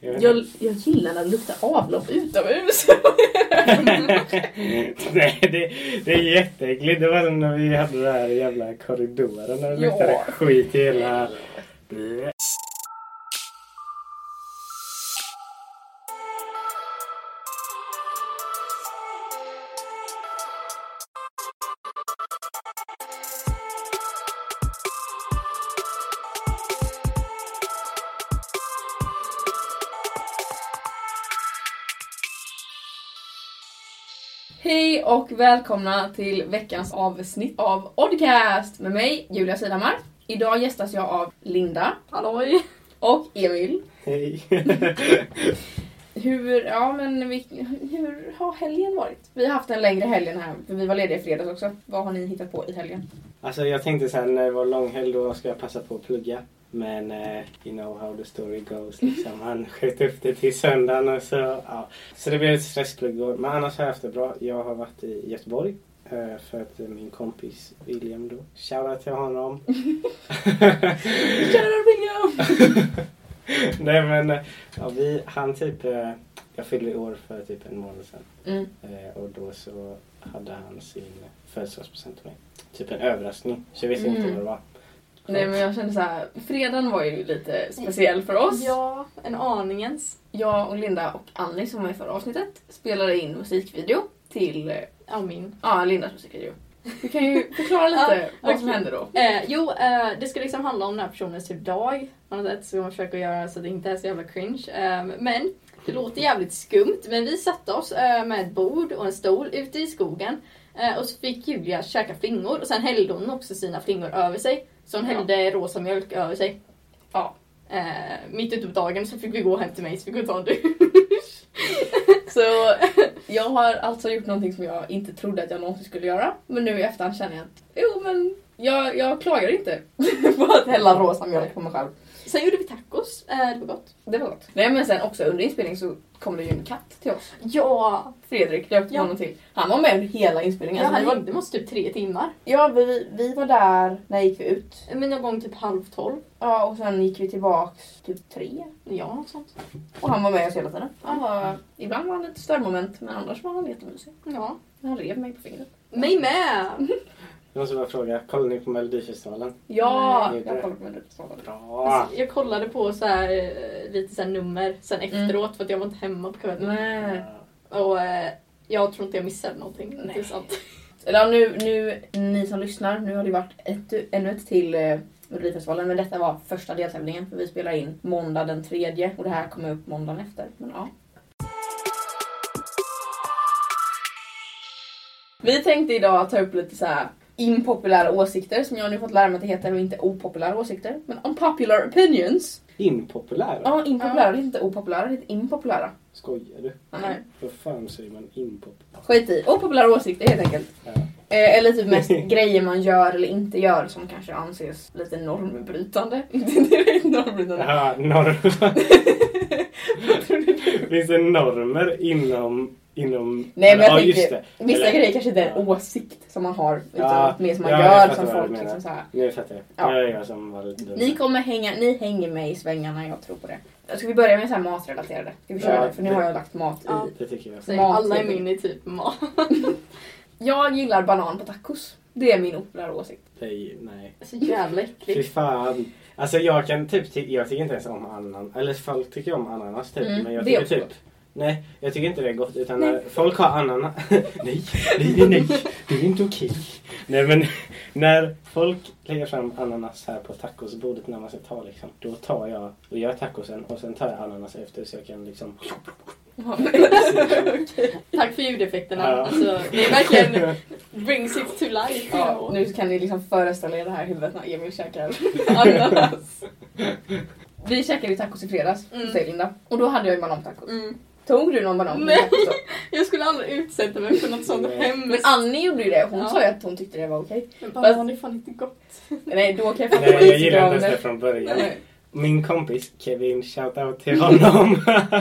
Jag gillar när det luktar avlopp utomhus. Nej, det är jätteäckligt. Det var som när vi hade det här jävla korridoren. När det luktade skit i hela... Hej och välkomna till veckans avsnitt av Oddcast med mig, Julia Sidhammar. Idag gästas jag av Linda. Halloj! Och Emil. Hej! Hur har helgen varit? Vi har haft en längre helgen här, för vi var lediga i fredags också. Vad har ni hittat på i helgen? Alltså jag tänkte sen när det var långhelg då ska jag passa på att plugga. Men you know how the story goes liksom. Han sköt upp det till söndagen och så, ja. Så det blev ett stressplugg. Men annars har jag haft det bra. Jag har varit i Göteborg för att min kompis William då. Shoutout till honom. Shoutout William! Nej men, ja, han typ, jag fyllde år för typ en månad sedan. Och då så hade han sin födelsedagspresent till mig. Typ en överraskning. Så jag visste inte vad det var. Nej, men jag kände så här, fredagen var ju lite speciell för oss. Ja, en aningens. Jag och Linda och Annie som var i förra avsnittet spelade in musikvideo till Lindas musikvideo. Du kan ju förklara lite vad som hände då. Det ska liksom handla om den här personens typ dag. Så man försöker göra så att det inte är så jävla cringe. Men det låter jävligt skumt. Men vi satte oss med ett bord och en stol ute i skogen. Och så fick Julia käka flingor. Och sen hällde hon också sina flingor över sig. Så hon hällde rosa mjölk över sig. Ja. Mitt ute på dagen så fick vi gå hem till mig så fick vi ta en dusch. Så jag har alltså gjort någonting som jag inte trodde att jag någonsin skulle göra. Men nu i efterhand känner jag att jag klagar inte på att hälla rosa mjölk på mig själv. Sen gjorde vi tacos. Det var gott. Det var gott. Nej, men sen också under inspelning så kom det ju en katt till oss. Ja! Fredrik döpte honom till. Han var med under hela inspelningen. Ja, han hängde måste typ 3 timmar. Ja, vi var där, när gick vi ut? Men någon gång typ 11:30. Ja, och sen gick vi tillbaks typ 3. Ja, något sånt. Och han var med oss hela tiden. Ibland var han lite störmoment, men annars var han jättemysig. Ja. Han rev mig på fingret. Mig med! Jag måste bara fråga, kollar ni på Melodifestivalen? Ja, jag kollar på Melodifestivalen. Bra! Alltså, jag kollade på så här, lite så här nummer sen efteråt för att jag var inte hemma på kvällen. Nej. Och jag tror inte jag missade någonting. Nej. Det är sant. Eller nu, ni som lyssnar, nu har det varit ännu ett till Melodifestivalen. Men detta var första deltävlingen, för vi spelar in måndag den 3. Och det här kommer upp måndagen efter. Men ja. Vi tänkte idag ta upp lite så här impopulära åsikter, som jag nu fått lära mig att det heter, och inte opopulära åsikter. Men unpopular opinions. Impopulära? Ja, impopulära. Det är inte opopulära, det är impopulära. Skojar du? Nej. Vad fan säger man impopulära? Skit i. Opopulära åsikter helt enkelt. Ja. Eller typ mest grejer man gör eller inte gör som kanske anses lite normbrytande. Inte direkt normbrytande. Ja, normer. Finns det normer inom... Nej, men jag tänker, just det. vissa grejer kanske inte är en åsikt som man har, utan mer som man jag gör fattar som vad folk du menar. liksom så här. Nu fattar jag. Ja. Jag är jag som var lite dum. Ni hänger med i svängarna, jag tror på det. Ska vi börja med så här matrelaterade? Ska vi köra det? För nu har jag lagt mat Ja. i. Det tycker jag. Så alla är min i typ mat. Jag gillar banan på tacos. Det är min opopulära åsikt. Nej. Så jävla Fy äckligt. fan. Alltså jag kan typ, jag tycker inte ens om ananas. Eller folk tycker om ananas typ. Men jag det är tycker också typ... Nej, jag tycker inte det är gott. Utan när folk har ananas... nej, det är inte okej. Nej, men när folk lägger fram ananas här på tacosbordet när man ska ta liksom. Då tar jag och gör tacosen och sen tar jag ananas efter så jag kan liksom... Tack för ljudeffekterna. Ja. Alltså, det är verkligen brings it to life. Ja, nu kan ni liksom föreställa er det här huvudet när Emil käkar ananas. Vi käkade ju tacos i fredags, säger Linda. Och då hade jag ju banan-tacos. Tog du någon banan? Nej, jag skulle aldrig utsätta mig för något sånt hemskt. Men Annie gjorde ju det. Hon sa ju att hon tyckte det var okej. Men banan är fan inte gott. Nej, då kan jag Nej, jag gillar inte ens det från början. Nej. min kompis Kevin, shoutout till honom.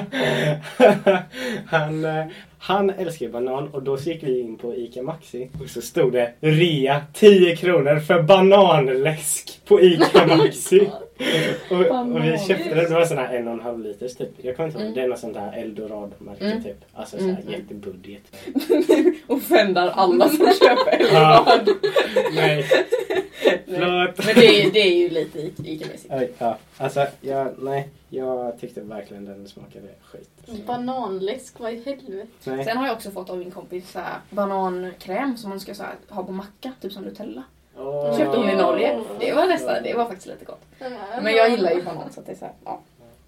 Han älskar banan och då gick vi in på Ica Maxi och så stod det rea 10 kronor för bananläsk på Ica Maxi. och vi köpte det var sån här 1,5 liters typ. Jag kommer inte ihåg, det är något sånt där Eldorado-märke typ. Alltså så här jättebudget. Offendar alla som köper Eldorado. Nej. Förlåt. Men det är ju lite Ica-mässigt. Ja, alltså jag tyckte verkligen den smakade skit. Bananläsk, vad i helvete? Nej. Sen har jag också fått av min kompis så här, banankräm som man ska så här, ha på macka, typ som Nutella. Köpte hon i Norge. Det var faktiskt lite gott. Men jag gillar ju banan så att det är så här, ja.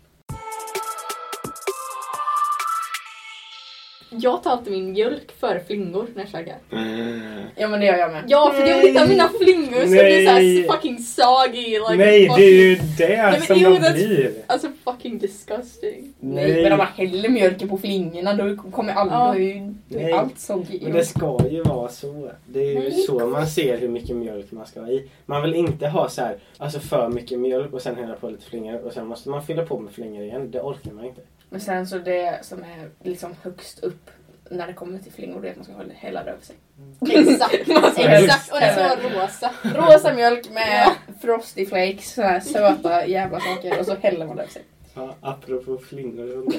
Jag tar alltid min mjölk före flingor när jag käkar. Ja, men det gör jag med. Ja, för jag vill inte att mina flingor ska bli såhär fucking soggy. Like Nej, fucking... det är ju det som de blir. Alltså fucking disgusting. Nej, men om man häller mjölken på flingorna då kommer allt soggy. Men det ska ju vara så. Det är ju så man ser hur mycket mjölk man ska ha i. Man vill inte ha så här, alltså för mycket mjölk och sen hälla på lite flingor och sen måste man fylla på med flingor igen. Det orkar man inte. Men sen så det som är liksom högst upp när det kommer till flingor, det är att man ska hälla det över sig. Exakt. Exakt. Och det ska vara rosa. Rosa mjölk med frosty flakes, så här söta jävla saker, och så häller man det över sig. Ja, apropå flingor och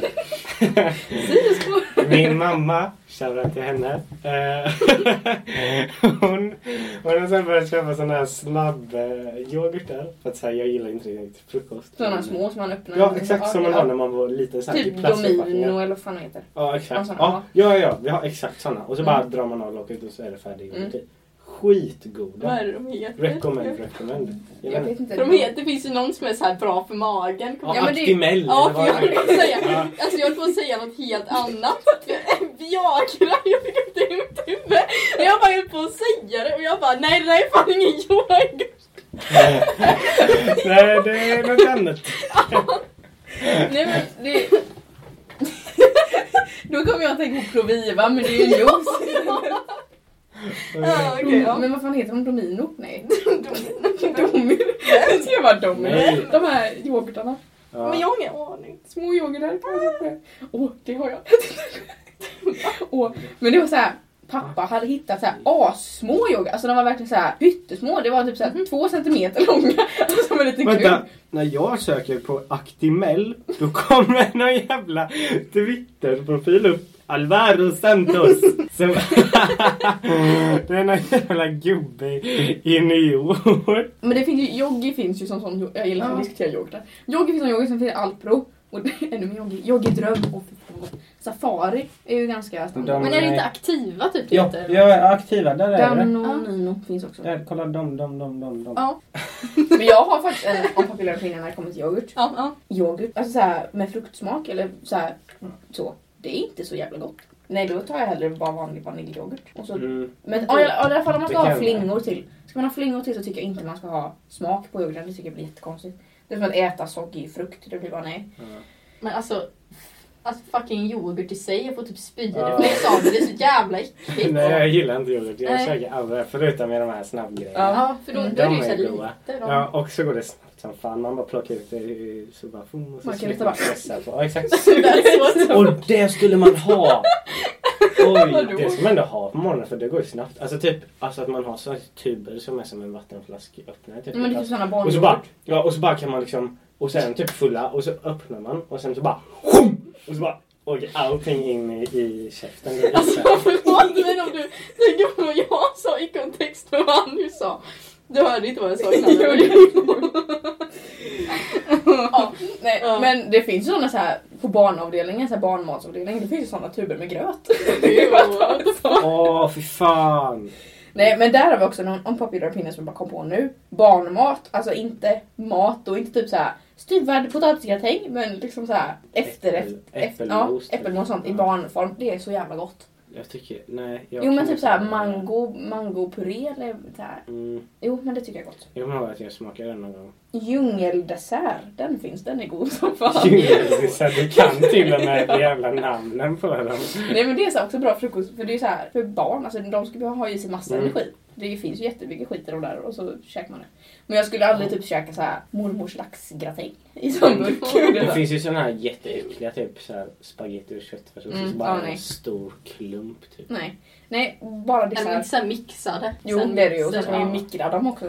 min mamma, shoutout till henne. Hon har sen börjat köpa sådana här snabb yoghurtar. För att säga, jag gillar inte riktigt frukost. Sådana små som man öppnar. Ja, exakt som man har när man var liten. Så här, typ Domino eller vad fan heter. Ja, exakt. Såna, Ja, vi har exakt sådana. Och så bara drar man av locket och så är det färdig yoghurt. Skitgoda. Vad är det de heter? Recommend. Jag vet inte. Det finns ju någon som är så här bra för magen. Ja, men Actimel. Ja, för jag höll på att säga något helt annat. Viagra, jag fick upp det i mitt huvud. Och jag bara höll på att säga det och jag bara, nej det där är fan ingen yoghurt. Nej, det är något annat. Nej, men det... Då kommer jag att tänka på Proviva, men det är ju en juice. Men vad fan heter de? Domino? Nej. Domino. Det ska vara Domino. De här yoghurtarna. Ja. Men jag har ingen aning. Små yoghurtar. Det har jag. Men det var så här. Pappa hade hittat så här assmå yoghurt. Alltså de var verkligen så här pyttesmå. Det var typ så här 2 centimeter långa. Som en liten kul. När jag söker på Actimel, då kommer någon jävla Twitter-profil upp. Alvaro Santos. Som det är någon jävla gubbe i New York. Men det finns ju, Yogi finns ju som sån, jag gillar att diskutera yoghurtar. Yogi finns som yoghurt, sen finns det Alpro. Och ännu mer Yogi. Yogi Dröm. Safari är ju ganska standard. Men är det inte aktiva typ? Ja, aktiva. Där är det. Nino finns också. Där, kolla dem. Ja. Men jag har faktiskt en unpopular opinion när det kommer till yoghurt. Ja. Yoghurt, alltså så här med fruktsmak eller så här, så. Det är inte så jävla gott. Nej, då tar jag hellre bara vanlig vaniljyoghurt. Och så, men i alla fall om man ska ha flingor till. Ska man ha flingor till så tycker jag inte man ska ha smak på yoghurten. Det tycker jag blir jättekonstigt. Det är som att äta soggy frukt. Det blir bara nej. Men alltså fucking yoghurt i sig. Jag får typ spyreflex av det. Det är så jävla äckligt. Nej, jag gillar inte yoghurt. Jag käkar aldrig förutom med de här snabbgrejerna. Ja, för då är det ju så lite. Ja, och så går det snabbt som fan. Man bara plockar ut det så bara... Och så man kan inte bara... Ja, exakt. Och det skulle man ha! Oj, det ska man ändå ha på morgonen för det går ju snabbt. Alltså typ att man har så tuber som är som en vattenflasköppnare. Typ. Men det är sådana barn. Och så bara kan man liksom... Och sen typ fulla och så öppnar man och sen så bara... Och så bara... Och allting in i käften. Alltså förlåt, men om du tänker på vad jag sa i kontext med vad han nu sa. Du hörde inte vad jag sa innan. Men det finns ju sådana så här på barnavdelningen, så här barnmatsavdelningen, det finns ju sådana tuber med gröt. Fy fan. Nej, men där har vi också någon unpopular opinion som jag bara kom på nu. Barnmat, alltså inte mat och inte typ så här styvad potatisgratäng, men liksom så här äppelmos och sånt i barnform. Det är så jävla gott. Jag tycker, nej. Jo, men typ så här mango-puré eller så här. Jo, men det tycker jag är gott. Jag har att jag smakar den någon gång. Djungeldessert, den är god som fan. Djungeldessert, du kan till och med jävla namnen på dem. Nej, men det är så också bra frukost, för det är så här för barn, alltså de ska ha i sig massa energi. Det finns ju jättemycket skit i de där och så käkar man det. Men jag skulle aldrig typ käka så här mormors laxgratäng i sån burk. Det finns ju såna här jätteäckliga typ så här spaghetti och köttfärs. Bara en stor klump typ. Nej, bara det så här. Är de inte så här mixade? Jo, det är det ju. Och så ska man ju mikra dem också.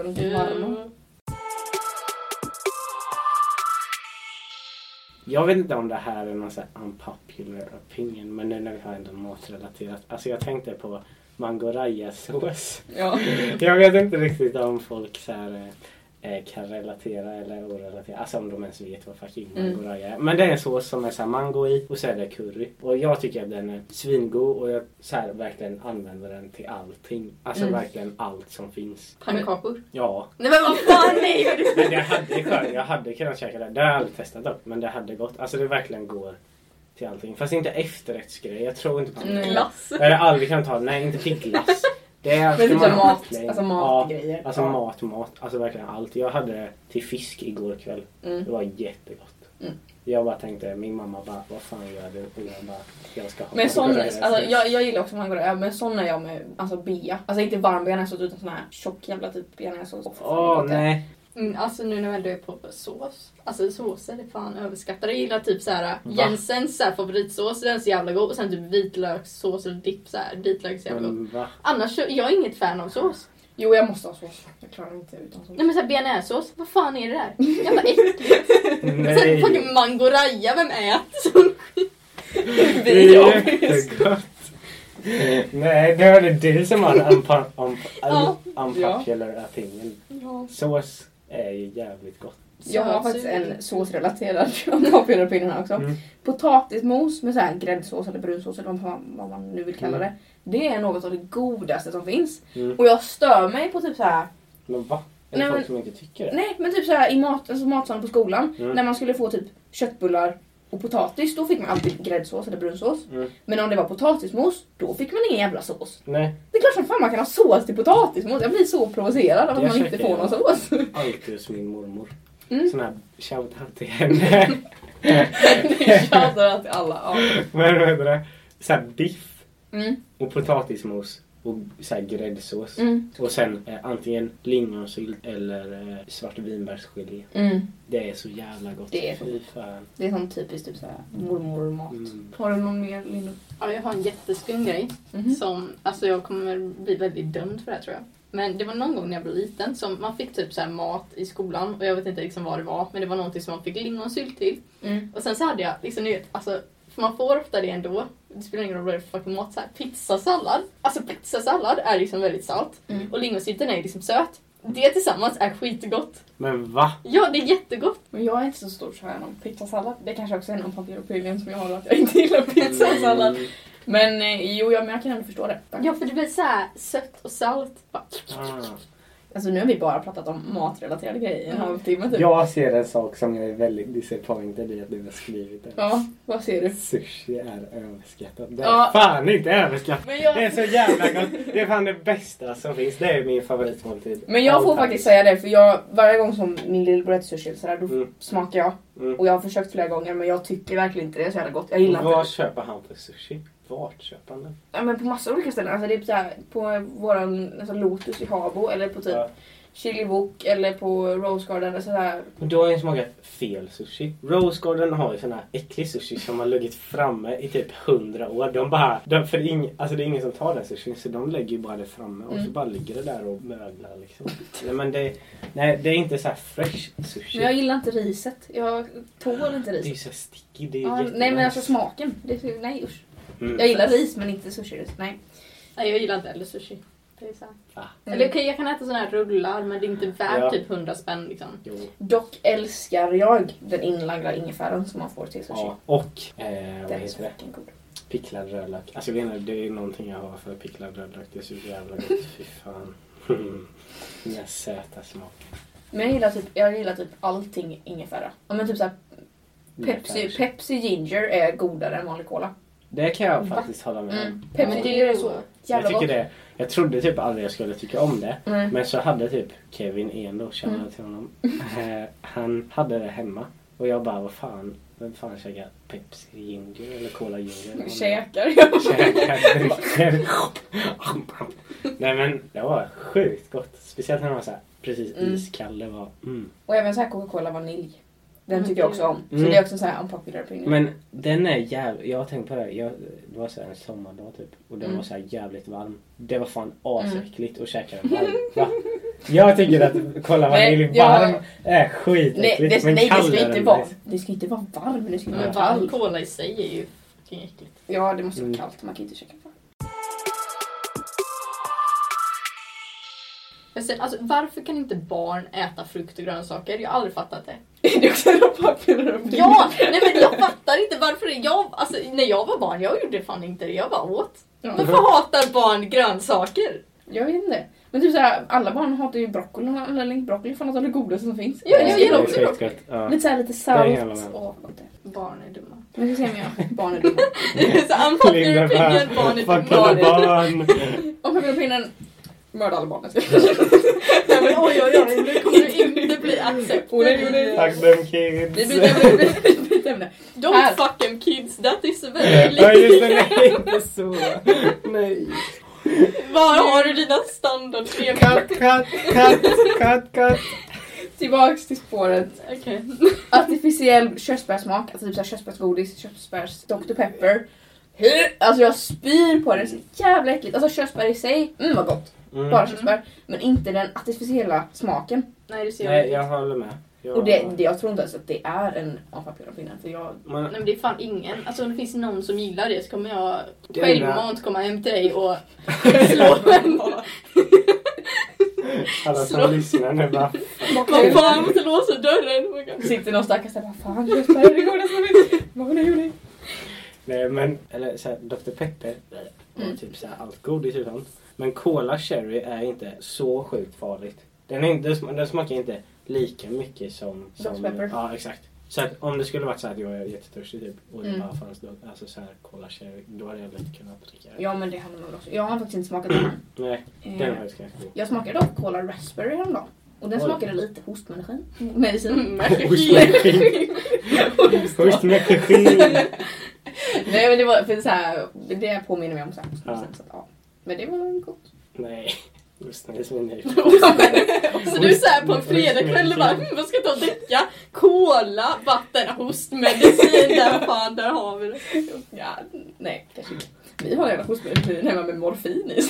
Jag vet inte om det här är någon sån här unpopular opinion, men nu när vi har ändå matrelaterat. Alltså jag tänkte på mangoraya-sås. Ja. Jag vet inte riktigt om folk så här, kan relatera eller orelatera. Alltså om de ens vet vad fucking mangoraya är. Men det är en sås som är så här mango i och så är det curry. Och jag tycker att den är svingod och jag så här, verkligen använder den till allting. Alltså verkligen allt som finns. Pannkakor? Ja. Nej men vad fan, nej! Men jag hade kunnat käka det. Det har jag aldrig testat dock, men det hade gått. Alltså det verkligen går till allting. Fast inte efterrättsgrej. Jag tror inte på det. Glass? Jag hade aldrig kunnat ta det. Nej, inte till glass. Det är men typ matgrejer. Ja, alltså mat. Alltså verkligen allt. Jag hade det till fisk igår kväll. Det var jättegott. Jag bara tänkte, min mamma bara, vad fan gör du? Och jag bara, jag ska ha. Men sån, alltså jag gillar också mangoraya, men sån är jag med, alltså bea. Alltså inte varm bearnaisesås utan sån här tjock jävla typ bearnaisesås. Nej. Alltså nu när jag är på sås. Alltså såser är fan överskattade. Jag gillar typ såhär Jensens så här favoritsås. Den är så jävla god. Och sen typ vitlökssås eller dipp såhär. Vitlök så jävla god. Annars jag är inget fan av sås. Jo, jag måste ha sås. Jag klarar inte utan sås. Nej men såhär bearnaisesås. Vad fan är det där? Jävla äckligt. Sen fucking mangoraya. Vem äter sån skit? Det är jättegott. Nej, det var det du som har unpopular opinion. Sås är ju jävligt gott. Jag har faktiskt en såsrelaterad unpopular opinion här också. Potatismos med så här gräddsås eller brunsås eller vad man nu vill kalla det. Det är något av det godaste som finns. Och jag stör mig på typ så här. Men va? Är det folk som inte tycker det? Nej, men typ så här i matsalen på skolan. När man skulle få typ köttbullar och potatis, då fick man alltid gräddsås eller brunsås. Men om det var potatismos, då fick man ingen jävla sås. Nej. Det är klart som fan man kan ha sås till potatismos. Jag blir så provocerad av att man inte får någon sås. Alltid hos min mormor. Sån här shoutout till henne. Shoutout till alla. Ja. Men vad heter det? Så här biff och potatismos och så här gräddsås. Och sen antingen lingonsylt eller svartvinbärsgelé. Det är så jävla gott. Det är sån typiskt typ så här mormormat. Har du någon mer, Linda? Ja, jag har en jätteskum grej som, alltså jag kommer bli väldigt dömd för det här, tror jag. Men det var någon gång när jag blev liten som man fick typ så här mat i skolan och jag vet inte liksom vad det var, men det var någonting som man fick lingonsylt till. Och sen så hade jag liksom, alltså, för man får ofta det ändå. Det spelar ingen roll vad det är för fucking mat. Så här, pizzasallad. Alltså pizzasallad är liksom väldigt salt. Och lingonsylten är liksom söt. Det tillsammans är skitgott. Men va? Ja, det är jättegott. Men jag är inte så stor så här om pizzasallad. Det kanske också är någon papperopinion som jag har att jag inte gillar pizzasallad. Men jo, men jag kan ändå förstå det. Ja, för det blir så här sött och salt. Alltså nu har vi bara pratat om matrelaterade grejer i en halvtimme typ. Jag ser en sak som jag är väldigt disappointed i att du har skrivit. Ja, vad ser du? Sushi är överskattat. Det är fan inte överskattat. Det är så jävla gott. Det är fan det bästa som finns. Det är min favoritmåltid. Men jag får faktiskt säga det, för varje gång som min lillebror äter sushi så där, då smakar jag. Och jag har försökt flera gånger, men jag tycker verkligen inte det är så jävla gott. Jag gillar Vad köper han för sushi? Vart köper han den? Ja, men på massa olika ställen. Alltså det är så här, på våran alltså Lotus i Habo eller på typ Chili Wok eller på Rose Garden eller sådär. Men då har jag smakat fel sushi. Rose Garden har ju sån här äcklig sushi som har legat framme i typ 100 år. För alltså det är ingen som tar den sushi, så de lägger ju bara det framme och så bara ligger det där och möglar liksom. Nej, men det är inte så här fresh sushi. Men jag gillar inte riset. Jag tål inte riset. Det är så sticky, det är nej, men alltså smaken. Nej, usch. Jag gillar ris men inte sushi. Nej, jag gillar inte heller sushi. Det är så här. Eller okej, jag kan äta såna här rullar, men det är inte värt typ 100 spänn liksom. Jo. Dock älskar jag den inlagda ingefäran som man får till sushi. Ja, och vad heter det? Picklad rödlök. Alltså jag vet inte, det är någonting jag har för picklad rödlök. Det är så jävla gott, fy fan. Den här söta smaken. Men jag gillar typ allting ingefära. Ja, men typ såhär Pepsi Ginger är godare än vanlig cola. Det kan jag faktiskt hålla med om. Pepsi Ginger är så jävla gott. Jag trodde typ aldrig jag skulle tycka om det. Men så hade typ Kevin Endo, känner till honom. Han hade det hemma. Och jag bara, vem fan käkar Pepsi Ginger eller Cola Ginger? Käkar. Dricker. Nej men det var sjukt gott. Speciellt när det var så här, precis iskall. Det var, Och även så här Coca-Cola vanilj. Den tycker jag också om. Så det är också så här unpopular opinion. Men den är jävligt, jag har tänkt på det. Det var så här en sommardag typ. Och den var så här jävligt varm. Det var fan asäckligt att käka den varm. Va? Jag tycker att Cola vanilj varm är skitäckligt. Nej, det ska inte vara varm. Det ska vara kall. Cola i sig är ju fucking äckligt. Ja, det måste vara kallt. Man kan inte käka varm. Alltså, varför kan inte barn äta frukt och grönsaker? Jag har aldrig fattat det. Det är också en unpopular opinion. Ja, nej men jag fattar inte varför när jag var barn, jag gjorde fan inte det. Jag bara åt. Varför hatar barn grönsaker? Jag vet inte. Men typ såhär, alla barn hatar ju broccoli. Eller broccoli för något av det godaste som finns. Ja, jag gillar också broccoli. Ja. Lite salt. Barn är dumma. Men hur ser man barn är dumma? Det är så unpopular opinion, barn är dumma. Unpopular opinion. Mörda alla barnen. Nej men oj, nu kommer det inte bli accept. Fuck them kids. Det blir ämne. Don't fuck them kids, that is very Ja just det, nej inte så. Nej. Var har du dina standard? Cut. Tillbaks till spåret. Okej. Artificiell körsbärssmak, alltså typ såhär körsbärsgodis, körsbärs Dr. Pepper. Alltså jag spyr på det, så jävla äckligt. Alltså körsbär i sig, vad gott. Bara körsbär, men inte den artificiella smaken. Nej, det ser Nej, jag håller med. Och jag tror inte ens att det är en unpopular opinion, för nej men det är fan ingen. Alltså om det finns någon som gillar det så kommer jag självmant komma hem till dig och slå en. Alla som lyssnar nu bara... Vad fan, måste låsa dörren. Sitter någon stackars där, vad fan, körsbär är det godaste som finns. Vad var det gjorde? Nej men, eller såhär, Dr. Pepper och typ såhär allt godis och sånt. Men Cola Cherry är inte så sjukt farligt. Den smakar inte lika mycket som Dr. Pepper. Ja, exakt. Så att om det skulle varit så att jag är jättetörstig typ och det bara fanns då, alltså så här Cola Cherry, då hade jag lätt kunnat dricka det. Ja men det hade man också. Jag har faktiskt inte smakat den. Nej, den har jag faktiskt god. Jag smakade dock Cola Raspberry häromdagen. Och den smakade lite hostmedicin. Medicin. Hostmedicin. Nej men det var för så här, det påminner mig om så här. Så att, ja. Men det var gott. Nej. Just det, som är så du är så här på en fredagkväll och bara, vad ska jag ta och dricka? Cola, vatten, hostmedicin, där har vi det. Ja, nej, kanske inte. Vi har redan hostmedicin hemma med morfin i.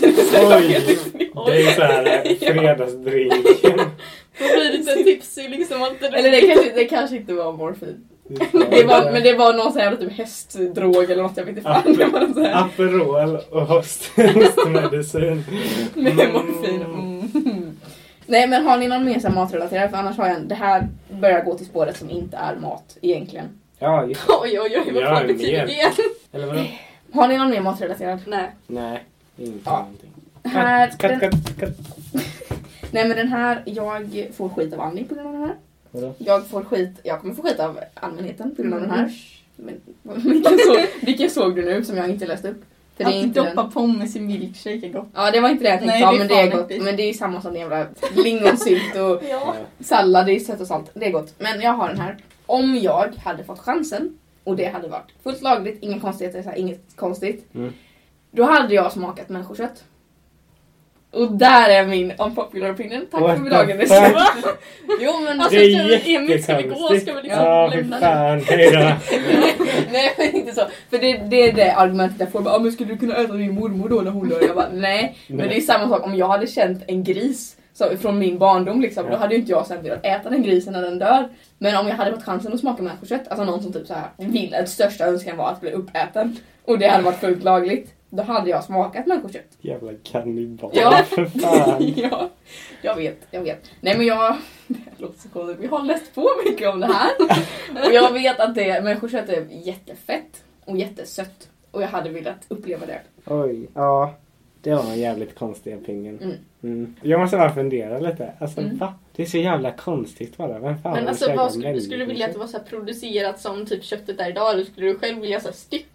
Det är så här fredagsdrink. Då blir det lite tipsig liksom. Eller det kanske inte var morfin. Men det var någon sån här typ hästdrog eller något, jag vet inte fan. Aperol och hostmedicin. Med morfin. Nej men har ni någon mer matrelaterad? För annars har jag det här börjar gå till spåret som inte är mat egentligen. Ja, just. Oj, vad fan betyder det? Eller vadå? Har ni någon mer matrelaterad? Nej, inte någonting. Här, Cut. Nej men den här, jag får skit av Annie på grund av den här. Jag kommer få skit av allmänheten på grund av den här. Men vilken såg du nu som jag inte läste upp? För att det är inte doppa pommes i milkshake är gott. Ja, det var inte det jag tänkte. Nej, men det är gott. Men det är samma som jävla lingonsylt och sallad i sött och salt. Det är gott. Men jag har den här. Om jag hade fått chansen och det hade varit fullt lagligt, inga konstigheter, inget konstigt. Då hade jag smakat människokött. Och där är min unpopular opinion. Tack för dagen. Jo men alltså, det är Emil, ska vi gå? Ska vi liksom lämna fan, hejdå. Nej men inte så. För det är det argumentet jag får. Bara, men skulle du kunna äta din mormor då när hon dör? Jag bara, nej. Men det är samma sak om jag hade känt en gris så, från min barndom liksom. Då hade ju inte jag sen velat äta den grisen när den dör. Men om jag hade fått chansen att smaka människokött, alltså någon som typ så här vill, ett största önskan var att bli uppäten. Och det hade varit fullt lagligt. Då hade jag smakat människokött. Jävla kannibal. Ja, för fan. Ja, jag vet. Nej men det låter så konstigt. Vi har läst på mycket om det här. Och jag vet att människokött är jättefett och jättesött. Och jag hade velat uppleva det. Oj, ja. Det var en jävligt konstig opinion. Jag måste bara fundera lite. Alltså, va? Det är så jävla konstigt bara. Vem fan men alltså, vad skulle du vilja att det var så här producerat som typ köttet där idag? Eller skulle du själv vilja så här stycka?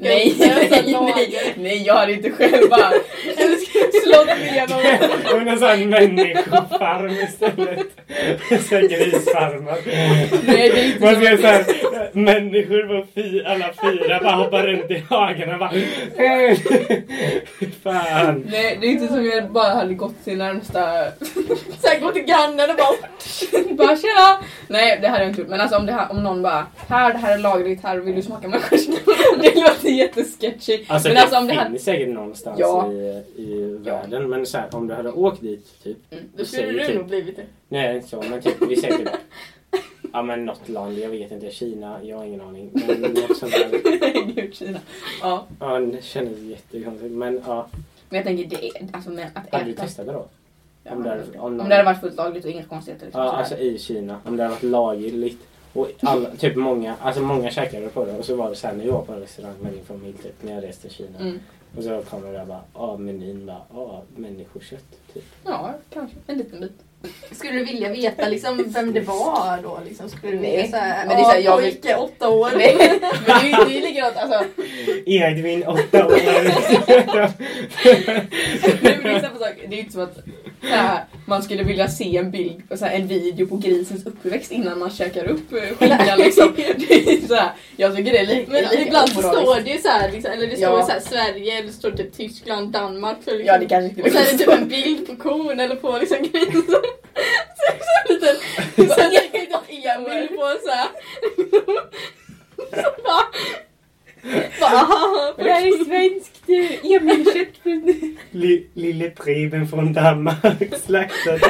Nej, jag hade inte själv bara slått igenom. Men en sån här människofarm istället. Så här grisfarmar. Nej, det är inte man ska så här människor på alla 4 bara hoppar runt i hagen och bara... Fan. Nej, det är inte som jag bara hade gått till närmsta... Sen gå till grannen och bara tjena! Nej, det hade jag inte gjort. Men alltså om någon bara, det här är lagligt, här vill du smaka människor? Det låter jättesketchy. Alltså men det alltså, om finns det här... säkert någonstans i världen. Men så här, om du hade åkt dit typ... Då skulle du typ, nog blivit det. Nej, inte så. Men typ, vi säger typ... Ja, men något land, jag vet inte. Kina, jag har ingen aning. Men något sånt där. Gud, Kina. Ja. Ja, det kändes jättekonstigt. Men ja. Men jag tänker, det är, alltså med att äta... Hade du testat det då? Ja, om det hade varit fullt lagligt och inga konstigheter. Liksom, ja, alltså i Kina. Om det hade varit lagligt. Och alla, typ många käkade på det. Och så var det sen när jag var på en restaurang med min familj typ, när jag reste till Kina. Mm. Och så kommer det bara, menyn bara, människokött typ. Ja, kanske. En liten bit. Skulle du vilja veta liksom vem det var då? Liksom, skulle du vilja såhär, men det är såhär, jag vill... pojke 8 år. Nej, men det är likadant, alltså... Edvin 8 år. Det är inte som att man skulle vilja se en bild, en video på grisens uppväxt innan man käkar upp skinkan liksom. Det är såhär, jag tycker det är lite... Men ibland så står det ju såhär, liksom, eller det står såhär Sverige, eller det står typ Tyskland, Danmark. Så liksom. Ja, det kanske skulle... Och så är det typ en bild på kon eller på liksom grisen. Så lite... Så är det lite Emil på såhär. Det här är svenskt Emil-kött. Lille Preben från Danmark slaktat.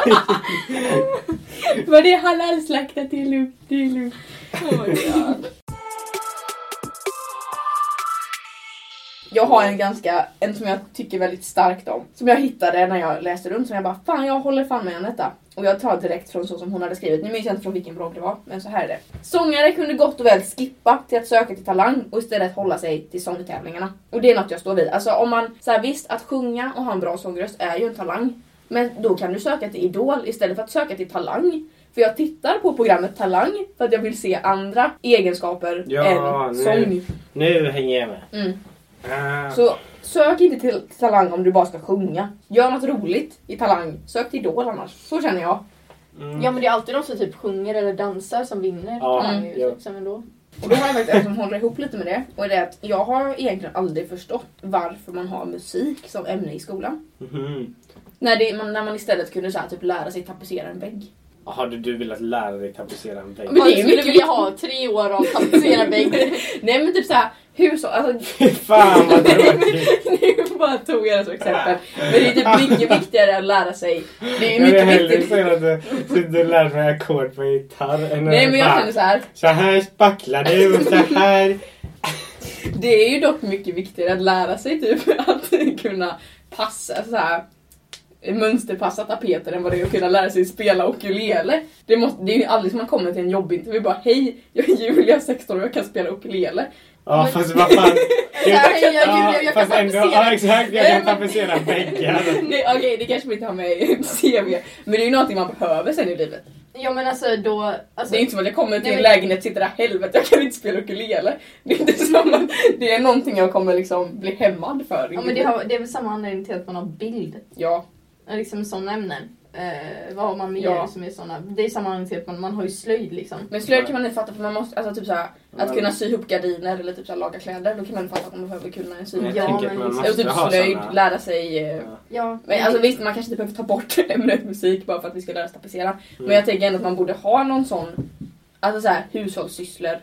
Var det halal-slaktat? Det är lugnt. Oh my God. Jag har en som jag tycker väldigt starkt om. Som jag hittade när jag läste runt. Som jag bara, fan jag håller fan med henne detta. Och jag tar direkt från så som hon hade skrivit. Nu minns jag inte från vilken blogg det var. Men så här är det. Sångare kunde gott och väl skippa till att söka till talang. Och istället hålla sig till sångtävlingarna. Och det är något jag står vid. Alltså om man, så här, visst att sjunga och ha en bra sångröst är ju en talang. Men då kan du söka till Idol istället för att söka till talang. För jag tittar på programmet Talang för att jag vill se andra egenskaper än sång. Nu hänger jag med. Mm. Så sök inte till talang om du bara ska sjunga. Gör något roligt i talang. Sök till Idol annars. Så känner jag. Mm. Ja, men det är alltid de som typ sjunger eller dansar som vinner. Liksom ändå. Och då har jag faktiskt en som håller ihop lite med det. Och det är att jag har egentligen aldrig förstått varför man har musik som ämne i skolan. Mm. När man istället kunde så här, typ lära sig tapetsera en vägg. Hade du velat lära dig tapetsera en vägg? Men det är mycket vilja ha 3 år av tapetsera en vägg. Nej, men typ såhär, hur så? Alltså, fan vad tråkigt. Nu bara tog jag det som exempel. Men det är typ mycket viktigare att lära sig. Det är mycket viktigare att säga att du lär mig ackord på gitarr. Nej, men jag känner så här. Så här spacklar du och så här. Det är ju dock mycket viktigare att lära sig typ att kunna passa så här. Mönsterpassa tapeter än vad det är att kunna lära sig spela ukulele. Det är ju aldrig som man kommer till en jobbintervju bara, hej, jag är Julia, 16 och jag kan spela ukulele. Ja, men... fast vad fan. Jag kan tapetsera. Ja, exakt, jag kan tapetsera väggar. Okej, det kanske vi inte har med i CV. Men det är ju någonting man behöver sen i livet. Ja, men alltså då... Alltså, det är inte som att jag kommer till en lägenhet och sitter där, helvete, jag kan inte spela ukulele. Det är inte som att det är någonting jag kommer liksom bli hämmad för. Ja, men det är väl samma anledning till att man har bild. Ja. Liksom sådana ämnen. Vad har man mer som är sådana? Det är samma anledning till att man har ju slöjd liksom. Men slöjd kan man inte fatta för man måste, alltså typ såhär, att kunna sy ihop gardiner eller typ såhär laga kläder. Då kan man fatta att man behöver kunna sy. Ja, men man måste typ ha slöjd, såna... lära sig. Ja. Men alltså visst, man kanske inte behöver ta bort ämnet musik bara för att vi ska lära oss tapetsera. Men jag tänker ändå att man borde ha någon sån, alltså såhär, hushållssysslor.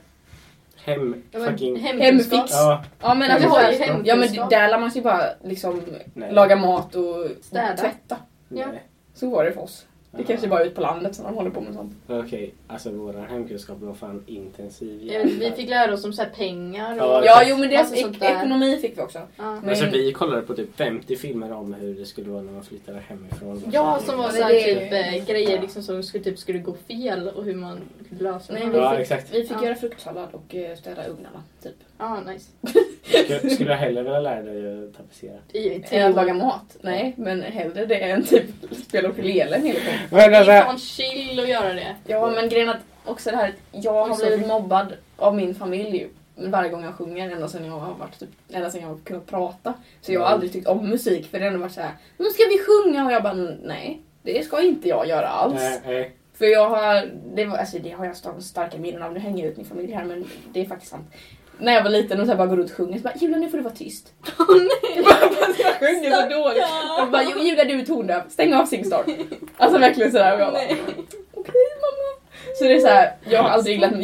Hemfix. Ja, men alltså, där lär man sig bara liksom laga mat och tvätta. Ja. Så var det för oss. Det kanske bara är ut på landet som de håller på med sånt. Okej, alltså våra hemkunskap var fan intensiv. Vi fick lära oss om så här pengar. Och... Ja, jo men det ekonomi fick vi också. Ja. Men så vi kollade på typ 50 filmer om hur det skulle vara när man flyttade hemifrån. Ja, som var så här typ grejer liksom som skulle gå fel och hur man kunde lösa det. Nej, vi fick göra fruktsallad och städa ugnarna typ. Ja, nice. Skulle jag hellre vilja lära dig att tapetsera? Än att laga mat? Nej, men hellre det än typ spela ukulele hela tiden. Det är fan chill att göra det. Ja, men grejen att också det här, jag har blivit mobbad av min familj varje gång jag sjunger, ända sedan jag har varit typ, ända sedan jag har kunnat prata. Så jag har aldrig tyckt om musik, för det har varit så här, nu ska vi sjunga, och jag bara, nej, det ska inte jag göra alls. För jag har, det har jag starka minnen av. Nu hänger jag ut min familj här, men det är faktiskt sant. När jag var liten och så bara går runt och sjunger så bara, Julia, nu får du vara tyst. Nej. Jag sjunger så dåligt. Och bara, Julia, du är tondöv. Stäng av SingStar. Alltså verkligen sådär. Och jag bara, okej, mamma. Så det är så här, jag har aldrig gillat,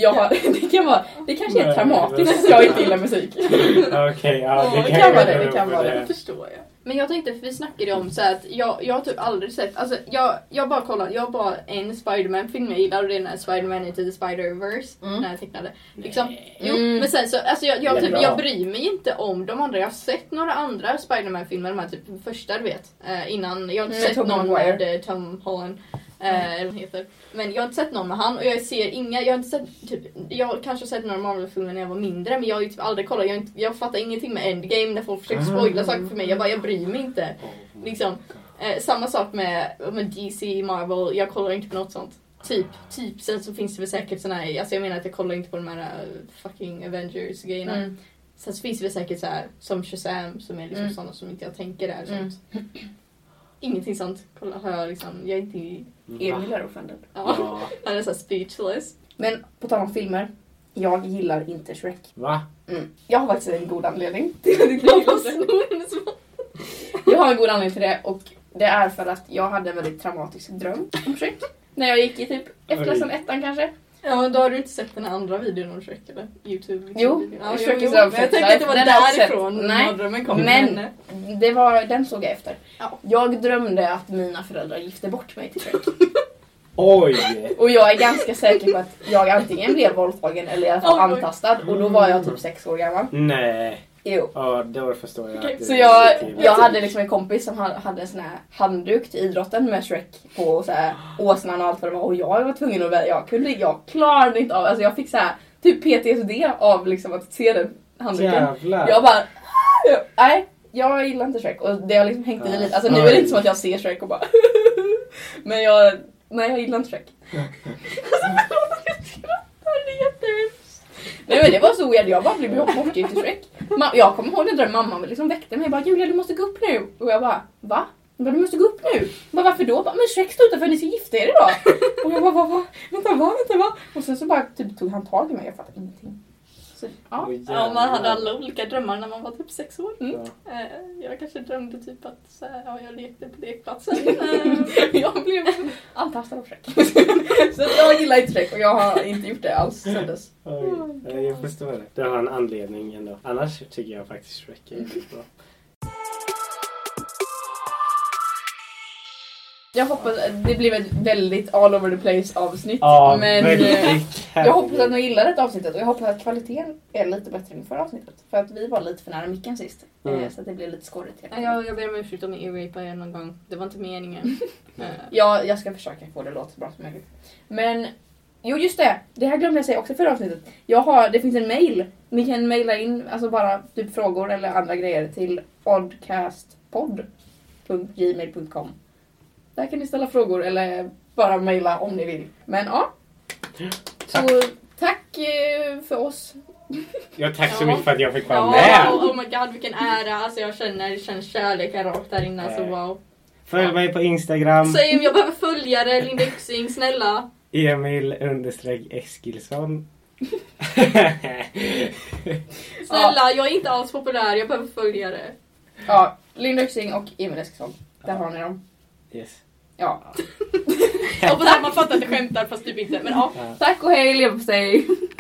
det kanske är traumatiskt att jag inte gillar musik. Okej, ja, det kan vara det. Det förstår jag. Men jag tänkte, för vi snackade om så att jag har typ aldrig sett, alltså jag bara kollar, jag har bara en Spider-Man-film jag gillar och det är den här Spider-Man Into the Spider-Verse, när jag tecknade. Liksom, men sen så, alltså jag bryr mig inte om de andra, jag har sett några andra Spider-Man-filmer, de här typ första du vet, innan, jag har inte sett någon med Tom Holland. Eller heter. Men jag har inte sett någon med han och jag ser inga, jag har inte sett typ, jag kanske har sett några Marvel-filmer när jag var mindre, men jag har ju typ aldrig kollat, jag fattar ingenting med Endgame när folk försöker spoila saker för mig, jag bryr mig inte. Liksom, samma sak med DC, Marvel, jag kollar inte på något sånt. Typ, sen så finns det väl säkert såna här, alltså jag menar att jag kollar inte på de här fucking Avengers-grejerna. Sen så finns det väl säkert så här, som Shazam, som är liksom sådana som inte jag tänker är sånt. Ingenting sånt. Kolla, har jag liksom, jag är inte... Emil är offended. Ja, han är så speechless. Men på tal om filmer, jag gillar inte Shrek. Va? Jag har faktiskt en god anledning till att inte gilla det. Jag har en god anledning till det och det är för att jag hade en väldigt traumatisk dröm om Shrek. När jag gick i typ efterklassen 1 kanske. Ja, men då har du inte sett den andra videon om Shrek eller? YouTube? Jo, Shrek is jag tänkte att det var därifrån. Men det var, den såg jag efter. Ja. Jag drömde att mina föräldrar gifte bort mig till Shrek. Oj! Och jag är ganska säker på att jag antingen blev våldtagen eller i alla fall antastad. Och då var jag typ 6 år gammal. Nej. Jo. Ja, då förstår jag. Så jag hade liksom en kompis som hade en sån här handduk till idrotten med Shrek på så här åsnan och allt vad det var. Och jag var tvungen att jag klarade inte av, alltså jag fick så här typ PTSD av liksom att se den handduken. Jävlar. Jag bara, nej, jag gillar inte Shrek. Och det har liksom hängt i lite. Alltså nu är det inte som att jag ser Shrek och bara men jag gillar inte Shrek. Nej men det var så weird, jag bara blev bortgift i Shrek. Jag kommer ihåg när mamma liksom väckte mig och bara, Julia du måste gå upp nu. Och jag bara, va? Du måste gå upp nu. Bara, varför då? Men Shrek står utanför, ni ska gifta er idag. Och jag bara, vänta. Och sen så bara typ tog han tag i mig, jag fattade ingenting. Så, ja. Ja, man hade alla olika drömmar när man var typ 6 år. Jag kanske drömde typ att så här, jag lekte på lekplatsen. Jag blev antastad av Shrek. Så jag gillar inte Shrek och jag har inte gjort det alls sen dess. Jag förstår det. Det har en anledning ändå. Annars tycker jag faktiskt Shrek är bra. Jag hoppas att det blev ett väldigt all over the place avsnitt. Ja, men jag hoppas att ni gillar det avsnittet och jag hoppas att kvaliteten är lite bättre än förra avsnittet. För att vi var lite för nära micken sist. Så att det blev lite skårigt. Jag ber om ursäkt om jag ear-rapar er någon gång. Det var inte meningen. Ja, jag ska försöka få det att låta så bra som möjligt. Men, jo just det. Det här glömde jag säga också förra avsnittet. Det finns en mail. Ni kan mejla in alltså bara typ frågor eller andra grejer till oddcastpodd.gmail.com. Där kan ni ställa frågor eller bara mejla om ni vill. Men ja. Så tack för oss. Ja, tack så mycket för att jag fick vara med. Oh my god, vilken ära. Alltså jag känner kärleken rakt där inne. Så wow. Följ mig på Instagram. Säg om jag behöver följare, Linda Yxing, snälla. Emil_Eskilsson. Snälla, jag är inte alls populär. Jag behöver följare. Ja, Linda Yxing och Emil Eskilsson. Där har ni dem. Yes. Ja. Jag hoppas att man fattar att det skämtar fast typ inte. Men ja. Tack och hej, lev på sig.